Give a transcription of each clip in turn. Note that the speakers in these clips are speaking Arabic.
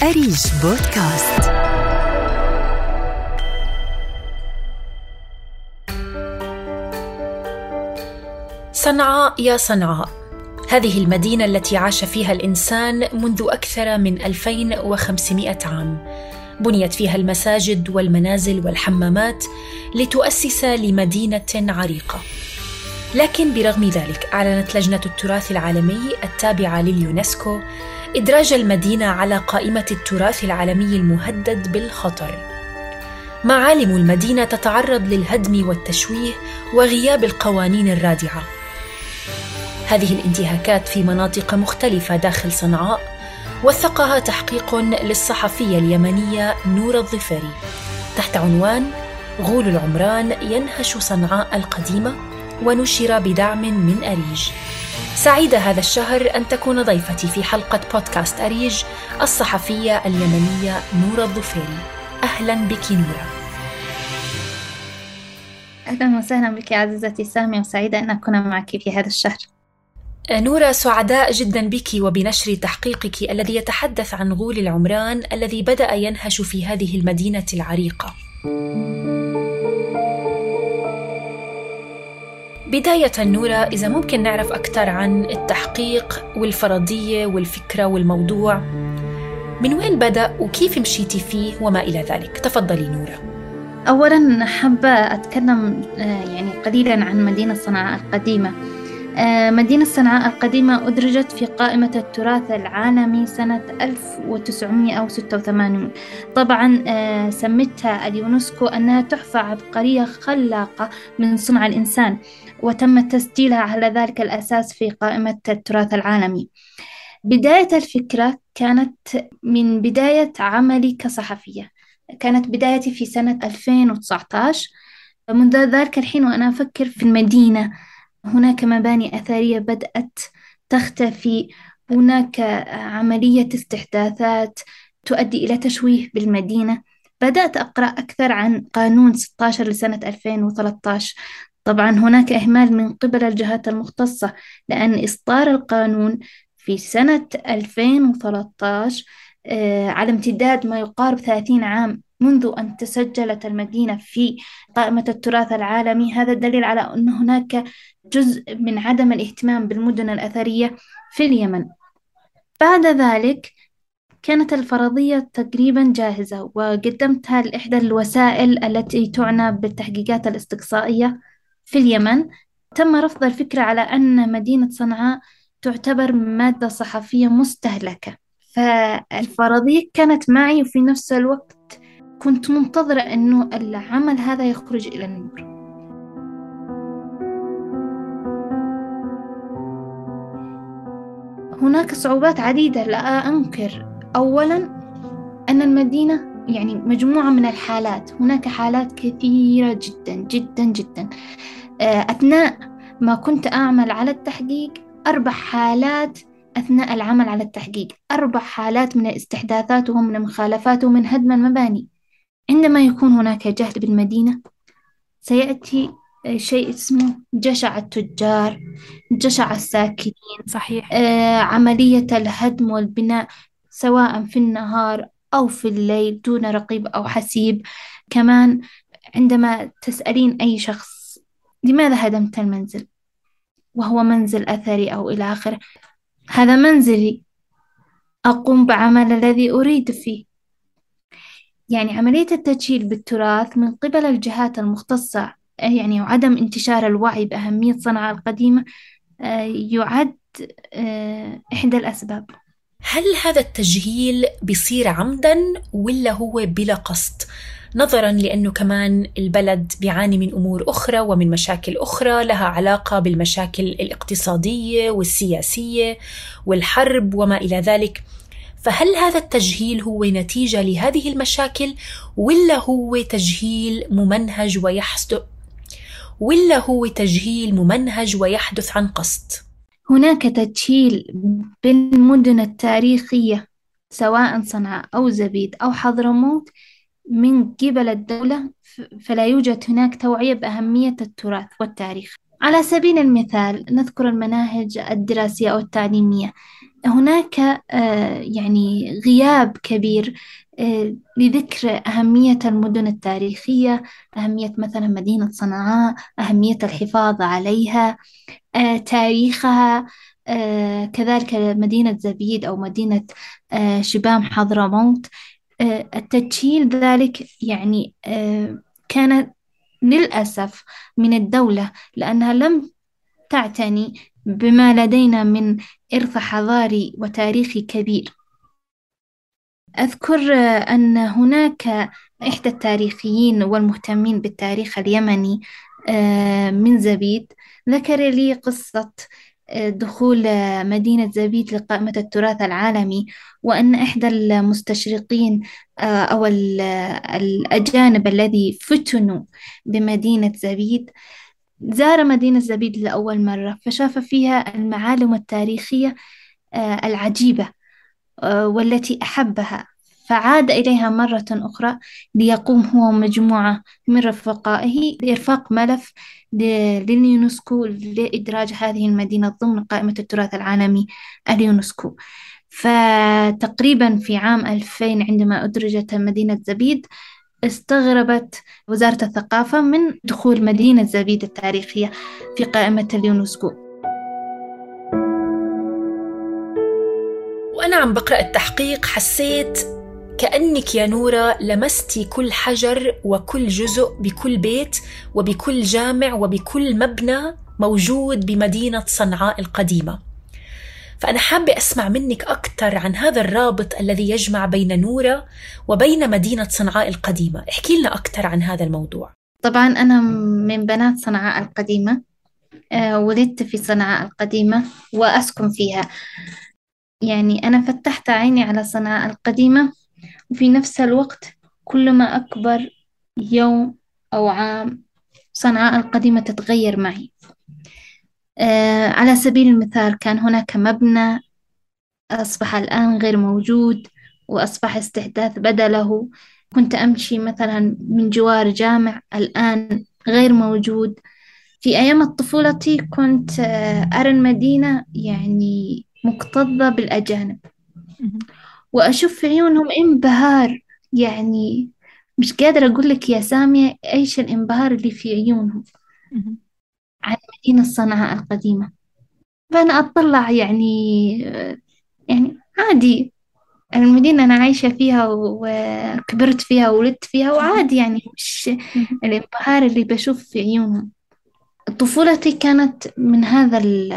أريج بودكاست. صنعاء يا صنعاء، هذه المدينة التي عاش فيها الإنسان منذ أكثر من 2500 عام. بنيت فيها المساجد والمنازل والحمامات لتؤسس لمدينة عريقة. لكن برغم ذلك أعلنت لجنة التراث العالمي التابعة لليونسكو إدراج المدينة على قائمة التراث العالمي المهدد بالخطر. معالم المدينة تتعرض للهدم والتشويه وغياب القوانين الرادعة. هذه الانتهاكات في مناطق مختلفة داخل صنعاء وثقها تحقيق للصحفية اليمنية نورة الظفيري تحت عنوان غول العمران ينهش صنعاء القديمة، ونشر بدعم من أريج. سعيدة هذا الشهر أن تكون ضيفتي في حلقة بودكاست أريج الصحفية اليمنية نورة الظفيري. أهلا بك نورة. أهلا وسهلا بك عزيزتي سامية، وسعيدة أن أكون معك في هذا الشهر. نورة، سعداء جدا بك وبنشر تحقيقك الذي يتحدث عن غول العمران الذي بدأ ينهش في هذه المدينة العريقة. بداية نورة، إذا ممكن نعرف أكثر عن التحقيق والفرضية والفكرة والموضوع، من وين بدأ وكيف مشيتي فيه وما إلى ذلك؟ تفضلي نورة. أولا حابة أتكلم قليلا عن مدينة صنعاء القديمة. مدينة صنعاء القديمة أدرجت في قائمة التراث العالمي سنة 1986. طبعا سمتها اليونسكو أنها تحفة عبقرية خلاقة من صنع الإنسان، وتم تسجيلها على ذلك الأساس في قائمة التراث العالمي. بداية الفكرة كانت من بداية عملي كصحفية، كانت بدايتي في سنة 2019. منذ ذلك الحين وأنا أفكر في المدينة. هناك مباني أثرية بدأت تختفي، هناك عملية استحداثات تؤدي إلى تشويه بالمدينة. بدأت أقرأ أكثر عن قانون 16 لسنة 2013. طبعا هناك إهمال من قبل الجهات المختصة، لأن إصدار القانون في سنة 2013 على امتداد ما يقارب 30 عام منذ أن تسجلت المدينة في قائمة التراث العالمي. هذا دليل على أن هناك جزء من عدم الاهتمام بالمدن الأثرية في اليمن. بعد ذلك كانت الفرضية تقريبا جاهزة، وقدمتها لإحدى الوسائل التي تعنى بالتحقيقات الاستقصائية في اليمن. تم رفض الفكرة على أن مدينة صنعاء تعتبر مادة صحفية مستهلكة، فالفرضية كانت معي، وفي نفس الوقت كنت منتظرة أنه العمل هذا يخرج إلى النور. هناك صعوبات عديدة لا أنكر. أولا أن المدينة مجموعة من الحالات، هناك حالات كثيرة جدا جدا جدا. أثناء ما كنت أعمل على التحقيق 4 حالات، أثناء العمل على التحقيق 4 حالات من الاستحداثات ومن المخالفات ومن هدم المباني. عندما يكون هناك جهل بالمدينة سيأتي شيء اسمه جشع التجار، جشع الساكنين. صحيح. عملية الهدم والبناء سواء في النهار أو في الليل دون رقيب أو حسيب. كمان عندما تسألين أي شخص لماذا هدمت المنزل وهو منزل أثري أو إلى آخره، هذا منزلي، أقوم بعمل الذي أريد فيه. عملية التجهيل بالتراث من قبل الجهات المختصة وعدم انتشار الوعي بأهمية صنعاء القديمة يعد إحدى الأسباب. هل هذا التجهيل بيصير عمداً ولا هو بلا قصد؟ نظراً لأنه كمان البلد بيعاني من أمور أخرى ومن مشاكل أخرى لها علاقة بالمشاكل الاقتصادية والسياسية والحرب وما إلى ذلك. فهل هذا التجهيل هو نتيجة لهذه المشاكل ولا هو تجهيل ممنهج ويحدث عن قصد؟ هناك تجهيل بالمدن التاريخية سواء صنعاء أو زبيد أو حضرموت من قبل الدولة، فلا يوجد هناك توعية بأهمية التراث والتاريخ. على سبيل المثال نذكر المناهج الدراسية أو التعليمية. هناك يعني غياب كبير لذكر أهمية المدن التاريخية، أهمية مثلا مدينة صنعاء، أهمية الحفاظ عليها، تاريخها، كذلك مدينة زبيد أو مدينة شبام حضرموت. التجهيل ذلك يعني كان للأسف من الدولة، لأنها لم تعتني بما لدينا من إرث حضاري وتاريخي كبير. أذكر أن هناك إحدى التاريخيين والمهتمين بالتاريخ اليمني من زبيد ذكر لي قصة دخول مدينة زبيد لقائمة التراث العالمي، وأن إحدى المستشرقين أو الأجانب الذي فتنوا بمدينة زبيد زار مدينة زبيد لأول مرة، فشاف فيها المعالم التاريخية العجيبة والتي أحبها، فعاد إليها مرة أخرى ليقوم هو ومجموعة من رفقائه بإرفاق ملف لليونسكو لإدراج هذه المدينة ضمن قائمة التراث العالمي اليونسكو. فتقريبا في عام 2000 عندما أدرجت مدينة زبيد استغربت وزارة الثقافة من دخول مدينة زبيد التاريخية في قائمة اليونسكو. وأنا عم بقرأ التحقيق حسيت كأنك يا نورة لمستي كل حجر وكل جزء بكل بيت وبكل جامع وبكل مبنى موجود بمدينة صنعاء القديمة. فأنا حابة أسمع منك أكثر عن هذا الرابط الذي يجمع بين نورة وبين مدينة صنعاء القديمة. احكي لنا أكثر عن هذا الموضوع. طبعا أنا من بنات صنعاء القديمة، ولدت في صنعاء القديمة وأسكن فيها. يعني أنا فتحت عيني على صنعاء القديمة، وفي نفس الوقت كل ما أكبر يوم أو عام صنعاء القديمة تتغير معي. على سبيل المثال كان هناك مبنى أصبح الآن غير موجود وأصبح استحداث بدله. كنت أمشي مثلا من جوار جامع الآن غير موجود. في أيام طفولتي كنت أرى المدينة يعني مكتظة بالأجانب، وأشوف في عيونهم انبهار. يعني مش قادرة أقول لك يا سامية إيش الانبهار اللي في عيونهم عن مدينة صنعاء القديمة. فأنا أطلع يعني عادي، المدينة أنا عايشة فيها وكبرت فيها وولدت فيها وعادي، يعني مش الانبهار اللي بشوف في عيونهم. طفولتي كانت من هذا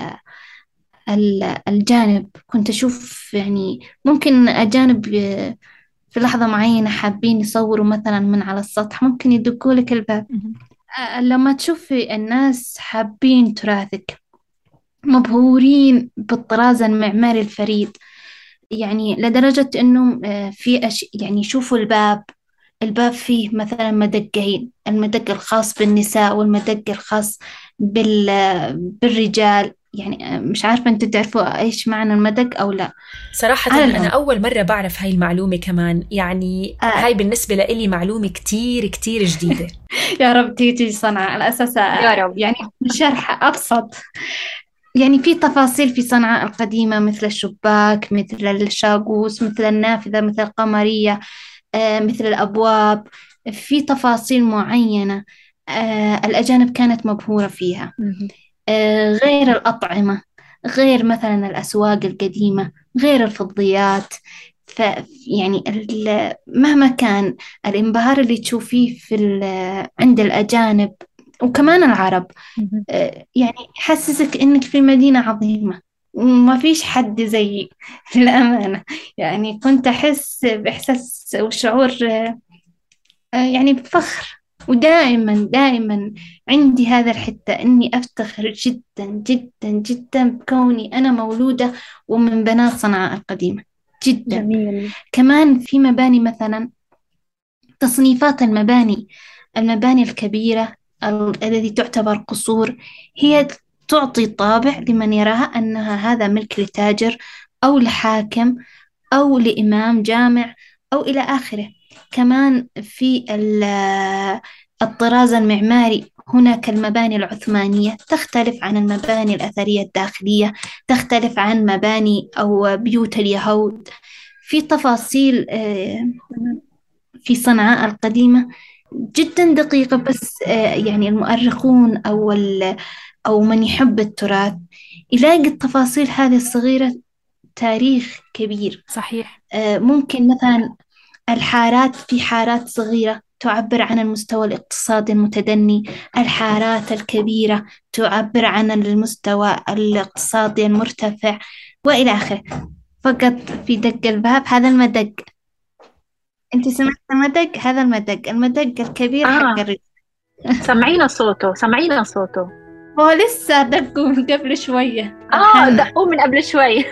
الجانب. كنت أشوف يعني ممكن أجانب في لحظة معينة حابين يصوروا مثلا من على السطح ممكن يدقوا لك الباب. لما تشوفي الناس حابين تراثك، مبهورين بالطراز المعماري الفريد، يعني لدرجة إنهم يعني شوفوا الباب فيه مثلا مدقين، المدق الخاص بالنساء والمدق الخاص بالرجال. يعني مش عارفة أنتوا تعرفوا إيش معنى المدق أو لا؟ صراحة أنا أول مرة بعرف هاي المعلومة كمان، يعني هاي بالنسبة لإلي معلومة كتير كتير جديدة. يا رب تيجي صنعاء على أساس يا رب. يعني شرح أبسط، يعني في تفاصيل في صنعاء القديمة مثل الشباك، مثل الشاقوس، مثل النافذة، مثل القمرية، مثل الأبواب. في تفاصيل معينة الأجانب كانت مبهورة فيها. غير الأطعمة، غير مثلا الأسواق القديمة، غير الفضيات. يعني مهما كان الانبهار اللي تشوفيه عند الأجانب وكمان العرب يعني يحسسك إنك في مدينة عظيمة ما فيش حد زي للأمانة. يعني كنت أحس بإحساس وشعور يعني بفخر، ودائما دائما عندي هذا الحتة إني أفتخر جدا جدا جدا بكوني أنا مولودة ومن بنات صنعاء القديمة جدا. جميل. كمان في مباني مثلا، تصنيفات المباني الكبيرة التي تعتبر قصور، هي تعطي طابع لمن يراها أنها هذا ملك لتاجر أو لحاكم أو لإمام جامع أو إلى آخره. كمان في الطراز المعماري هناك المباني العثمانية تختلف عن المباني الأثرية الداخلية، تختلف عن مباني أو بيوت اليهود. في تفاصيل في صنعاء القديمة جدا دقيقة، بس يعني المؤرخون أو من يحب التراث يلاقي التفاصيل هذه الصغيرة تاريخ كبير. صحيح. ممكن مثلا الحارات، في حارات صغيرة تعبر عن المستوى الاقتصادي المتدني، الحارات الكبيرة تعبر عن المستوى الاقتصادي المرتفع، وإلى آخره. فقط في دق الباب، هذا المدق، أنت سمعت المدق؟ هذا المدق الكبير حق الرجال. سمعينا صوته، سمعينا صوته. هو لسه دقوا من قبل شوية. دقوا من قبل شوي.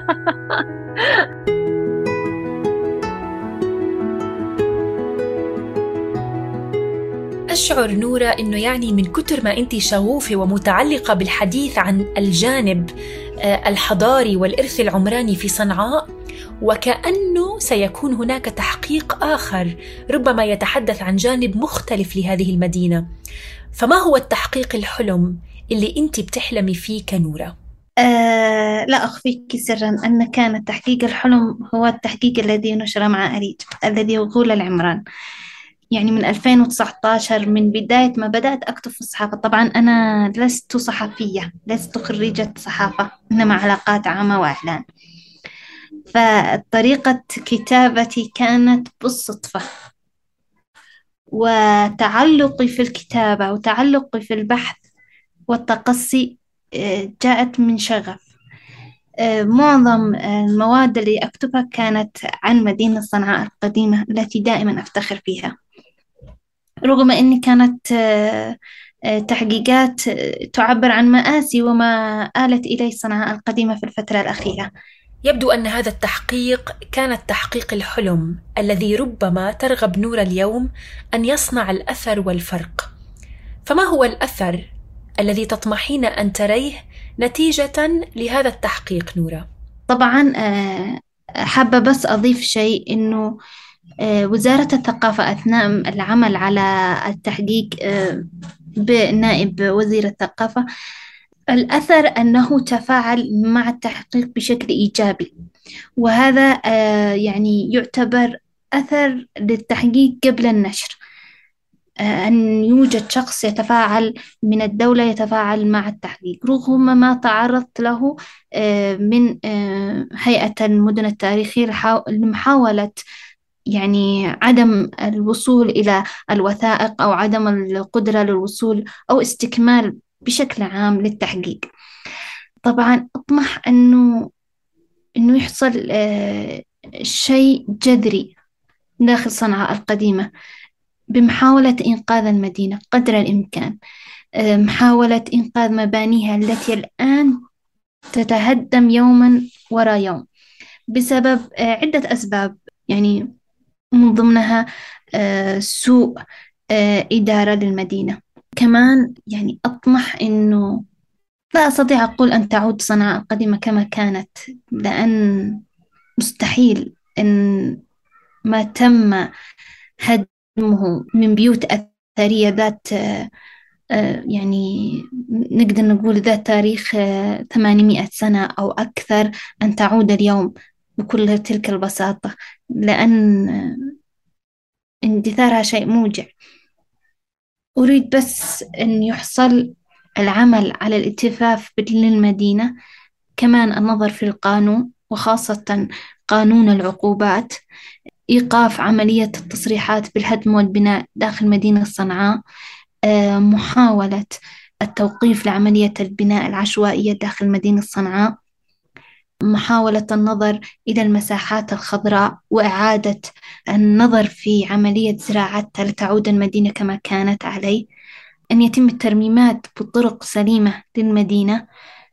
أشعر نورة إنه يعني من كتر ما أنت شغوفة ومتعلقة بالحديث عن الجانب الحضاري والإرث العمراني في صنعاء، وكأنه سيكون هناك تحقيق آخر ربما يتحدث عن جانب مختلف لهذه المدينة. فما هو التحقيق الحلم اللي أنت بتحلمي فيه كنورة؟ لا أخفيك سرا أن كان تحقيق الحلم هو التحقيق الذي نشر مع أريج، الذي غول العمران. يعني من 2019، من بداية ما بدأت أكتب في الصحافة. طبعا أنا لست صحفية، لست خريجة صحافة، إنما علاقات عامة وإعلان. فطريقة كتابتي كانت بالصدفة، وتعلقي في الكتابة وتعلقي في البحث والتقصي جاءت من شغف. معظم المواد اللي أكتبها كانت عن مدينة صنعاء القديمة التي دائما أفتخر فيها، رغم أني كانت تحقيقات تعبر عن مآسي وما آلت إليه صنعاء القديمة في الفترة الأخيرة. يبدو أن هذا التحقيق كان التحقيق الحلم الذي ربما ترغب نورة اليوم أن يصنع الأثر والفرق. فما هو الأثر الذي تطمحين أن تريه نتيجة لهذا التحقيق نورة؟ طبعا حابة بس أضيف شيء، إنه وزارة الثقافة أثناء العمل على التحقيق بنائب وزير الثقافة، الأثر أنه تفاعل مع التحقيق بشكل إيجابي، وهذا يعني يعتبر أثر للتحقيق قبل النشر. أن يوجد شخص يتفاعل من الدولة، يتفاعل مع التحقيق رغم ما تعرضت له من هيئة المدن التاريخية لمحاولة يعني عدم الوصول إلى الوثائق أو عدم القدرة للوصول أو استكمال بشكل عام للتحقيق. طبعا أطمح أنه يحصل شيء جذري داخل صنعاء القديمة بمحاولة إنقاذ المدينة قدر الإمكان، محاولة إنقاذ مبانيها التي الآن تتهدم يوما وراء يوم بسبب عدة أسباب، يعني من ضمنها سوء إدارة للمدينة. كمان يعني أطمح إنه لا أستطيع أقول أن تعود صنعاء القديمة كما كانت، لأن مستحيل إن ما تم هدمه من بيوت أثرية ذات يعني نقدر نقول ذات تاريخ 800 سنة أو أكثر أن تعود اليوم بكل تلك البساطة، لأن اندثارها شيء موجع. أريد بس أن يحصل العمل على الالتفاف للمدينة، كمان النظر في القانون وخاصة قانون العقوبات، إيقاف عملية التصريحات بالهدم والبناء داخل مدينة صنعاء، محاولة التوقيف لعملية البناء العشوائية داخل مدينة صنعاء، محاولة النظر إلى المساحات الخضراء وإعادة النظر في عملية زراعتها لتعود المدينة كما كانت عليه، أن يتم الترميمات بطرق سليمة للمدينة.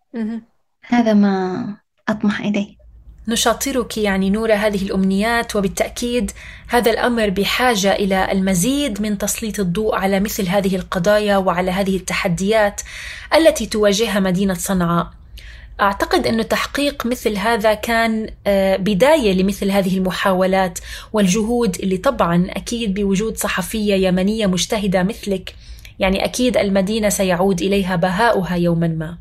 هذا ما أطمح إليه. نشاطرك يعني نورة هذه الأمنيات، وبالتأكيد هذا الأمر بحاجة إلى المزيد من تسليط الضوء على مثل هذه القضايا وعلى هذه التحديات التي تواجهها مدينة صنعاء. أعتقد أن تحقيق مثل هذا كان بداية لمثل هذه المحاولات والجهود اللي طبعا أكيد بوجود صحفية يمنية مجتهدة مثلك يعني أكيد المدينة سيعود إليها بهاؤها يوما ما.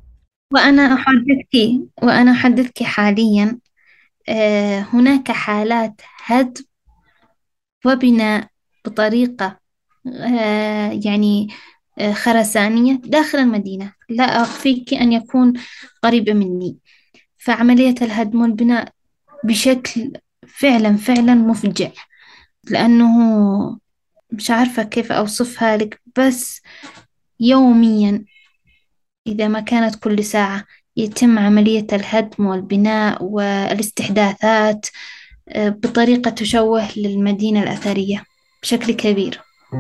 وأنا أحدثك حاليا هناك حالات هدم وبناء بطريقة يعني خرسانية داخل المدينة، لا أخفيك أن يكون قريبة مني. فعملية الهدم والبناء بشكل فعلا فعلا مفجع، لأنه مش عارفة كيف أوصفها لك، بس يوميا إذا ما كانت كل ساعة يتم عملية الهدم والبناء والاستحداثات بطريقة تشوه للمدينة الأثرية بشكل كبير.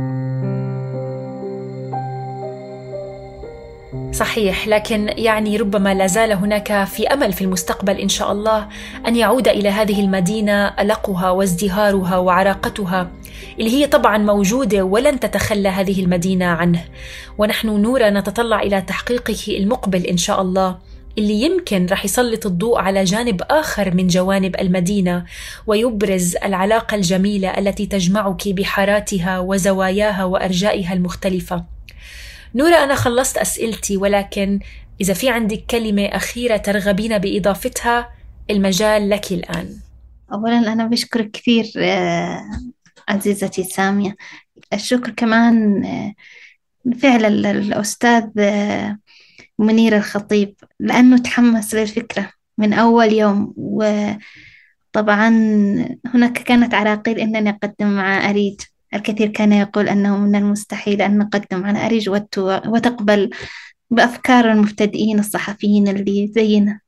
صحيح، لكن يعني ربما لا زال هناك في أمل في المستقبل إن شاء الله أن يعود إلى هذه المدينة ألقها وازدهارها وعراقتها اللي هي طبعا موجودة ولن تتخلى هذه المدينة عنه. ونحن نورا نتطلع إلى تحقيقه المقبل إن شاء الله، اللي يمكن رح يسلط الضوء على جانب آخر من جوانب المدينة ويبرز العلاقة الجميلة التي تجمعك بحاراتها وزواياها وأرجائها المختلفة. نورا، أنا خلصت أسئلتي، ولكن إذا في عندك كلمة أخيرة ترغبين بإضافتها المجال لك الآن. أولا أنا بشكرك كثير عزيزتي سامية. الشكر كمان فعلا الأستاذ منير الخطيب، لأنه تحمس للفكرة من أول يوم. وطبعا هناك كانت عراقيل أنني أقدم مع أريج، الكثير كان يقول أنه من المستحيل أن نقدم على أريج وتقبل بأفكار المبتدئين الصحفيين اللي زينا.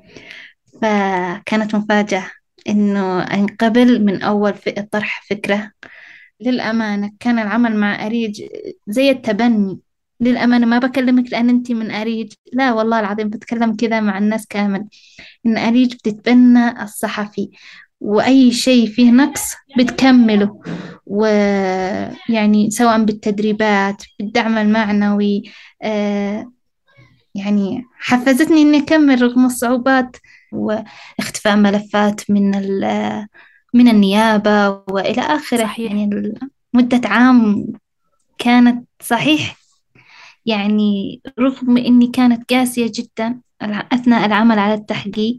فكانت مفاجأة إنه أنقبل من أول طرح فكرة. للأمانة كان العمل مع أريج زي التبني. للأمانة ما بكلمك لأن أنتي من أريج، لا والله العظيم بتكلم كذا مع الناس كامل، إن أريج بتتبنى الصحفي، وأي شيء فيه نقص بتكمله. ويعني سواء بالتدريبات بالدعم المعنوي، يعني حفزتني إني أكمل رغم الصعوبات واختفاء ملفات من النيابة وإلى آخره. صحيح. يعني مدة عام كانت صحيح، يعني رغم إني كانت قاسية جدا أثناء العمل على التحقيق،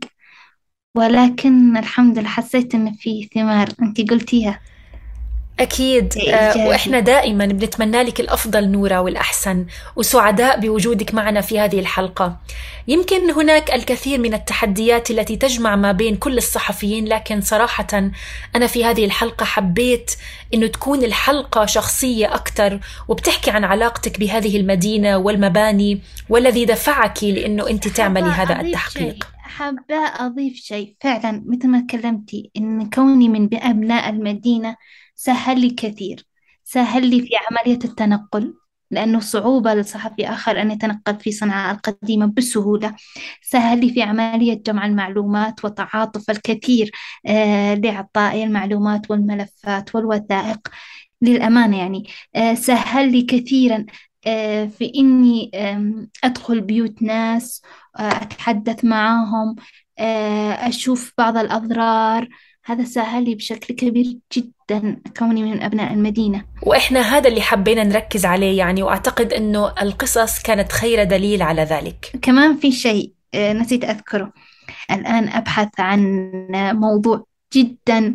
ولكن الحمد لله حسيت إن في ثمار أنت قلتيها. أكيد. وإحنا دائما بنتمنى لك الأفضل نورا والأحسن، وسعداء بوجودك معنا في هذه الحلقة. يمكن هناك الكثير من التحديات التي تجمع ما بين كل الصحفيين، لكن صراحة أنا في هذه الحلقة حبيت أنه تكون الحلقة شخصية أكثر، وبتحكي عن علاقتك بهذه المدينة والمباني والذي دفعك لأنه أنت تعملي هذا التحقيق. حابة أضيف شيء. فعلا مثل ما تكلمتي إن كوني من أبناء المدينة سهل لي كثير، سهل لي في عملية التنقل، لأنه صعوبة للصحفي آخر أن يتنقل في صنعاء القديمة بسهولة. سهل لي في عملية جمع المعلومات وتعاطف الكثير لإعطاء المعلومات والملفات والوثائق. للأمانة يعني سهل لي كثيرا في إني أدخل بيوت ناس، أتحدث معهم، أشوف بعض الأضرار. هذا سهل لي بشكل كبير جدا كوني من أبناء المدينة. وإحنا هذا اللي حبينا نركز عليه يعني، وأعتقد أنه القصص كانت خير دليل على ذلك. كمان في شيء نسيت أذكره. الآن أبحث عن موضوع جدا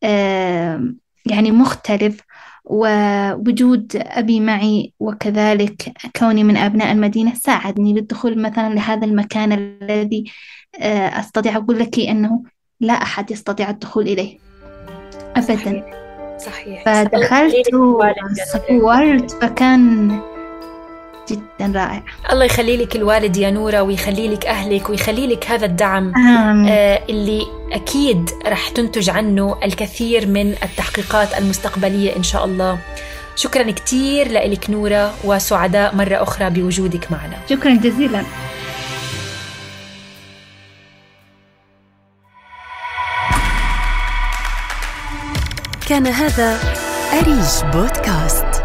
يعني مختلف، ووجود أبي معي وكذلك كوني من أبناء المدينة ساعدني للدخول مثلا لهذا المكان الذي أستطيع أقول لك أنه لا أحد يستطيع الدخول إليه أبدا. صحيح. فدخلت وصورت، فكان جدا رائع. الله يخلي لك الوالد يا نورا، ويخلي لك أهلك، ويخلي لك هذا الدعم اللي أكيد رح تنتج عنه الكثير من التحقيقات المستقبلية إن شاء الله. شكرا كتير لك نورا، وسعداء مرة أخرى بوجودك معنا. شكرا جزيلا. كان هذا أريج بودكاست.